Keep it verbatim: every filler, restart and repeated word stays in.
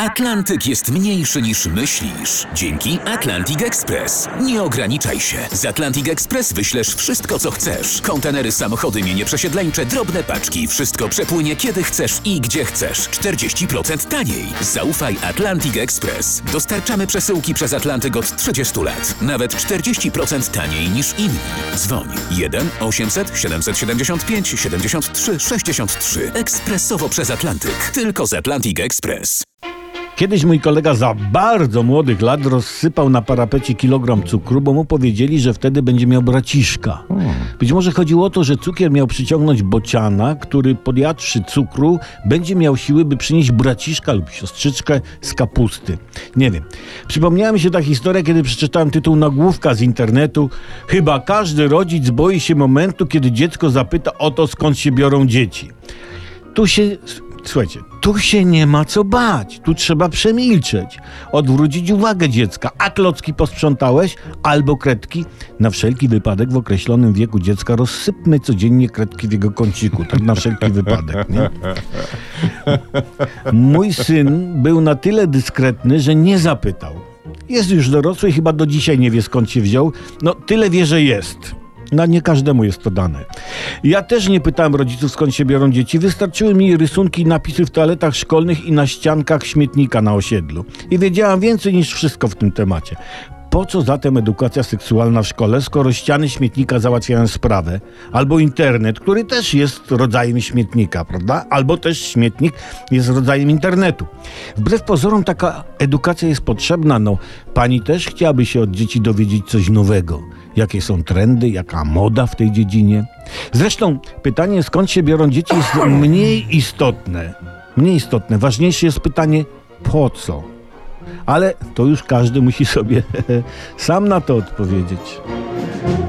Atlantyk jest mniejszy niż myślisz. Dzięki Atlantic Express. Nie ograniczaj się. Z Atlantic Express wyślesz wszystko, co chcesz. Kontenery, samochody, mienie przesiedleńcze, drobne paczki. Wszystko przepłynie kiedy chcesz i gdzie chcesz. czterdzieści procent taniej. Zaufaj Atlantic Express. Dostarczamy przesyłki przez Atlantyk od trzydziestu lat. Nawet czterdzieści procent taniej niż inni. Dzwoń jeden osiemset siedemset siedemdziesiąt pięć siedemdziesiąt trzy sześćdziesiąt trzy. Ekspresowo przez Atlantyk. Tylko z Atlantic Express. Kiedyś mój kolega za bardzo młodych lat rozsypał na parapecie kilogram cukru, bo mu powiedzieli, że wtedy będzie miał braciszka. Być może chodziło o to, że cukier miał przyciągnąć bociana, który podjadłszy cukru będzie miał siły, by przynieść braciszka lub siostrzyczkę z kapusty. Nie wiem. Przypomniała mi się ta historia, kiedy przeczytałem tytuł nagłówka z internetu. Chyba każdy rodzic boi się momentu, kiedy dziecko zapyta o to, skąd się biorą dzieci. Tu się... Słuchajcie, tu się nie ma co bać. Tu trzeba przemilczeć. Odwrócić uwagę dziecka. A klocki posprzątałeś? Albo kredki? Na wszelki wypadek w określonym wieku dziecka rozsypmy codziennie kredki w jego kąciku. Tak na wszelki wypadek, nie? Mój syn był na tyle dyskretny, że nie zapytał. Jest już dorosły i chyba do dzisiaj nie wie, skąd się wziął. No, tyle wie, że jest. No nie każdemu jest to dane. Ja też nie pytałem rodziców, skąd się biorą dzieci. Wystarczyły mi rysunki i napisy w toaletach szkolnych i na ściankach śmietnika na osiedlu. I wiedziałam więcej niż wszystko w tym temacie. Po co zatem edukacja seksualna w szkole, skoro ściany śmietnika załatwiają sprawę? Albo internet, który też jest rodzajem śmietnika, prawda? Albo też śmietnik jest rodzajem internetu. Wbrew pozorom taka edukacja jest potrzebna. No, pani też chciałaby się od dzieci dowiedzieć coś nowego. Jakie są trendy, jaka moda w tej dziedzinie. Zresztą pytanie, skąd się biorą dzieci, jest mniej istotne. Mniej istotne. Ważniejsze jest pytanie, po co? Ale to już każdy musi sobie sam na to odpowiedzieć.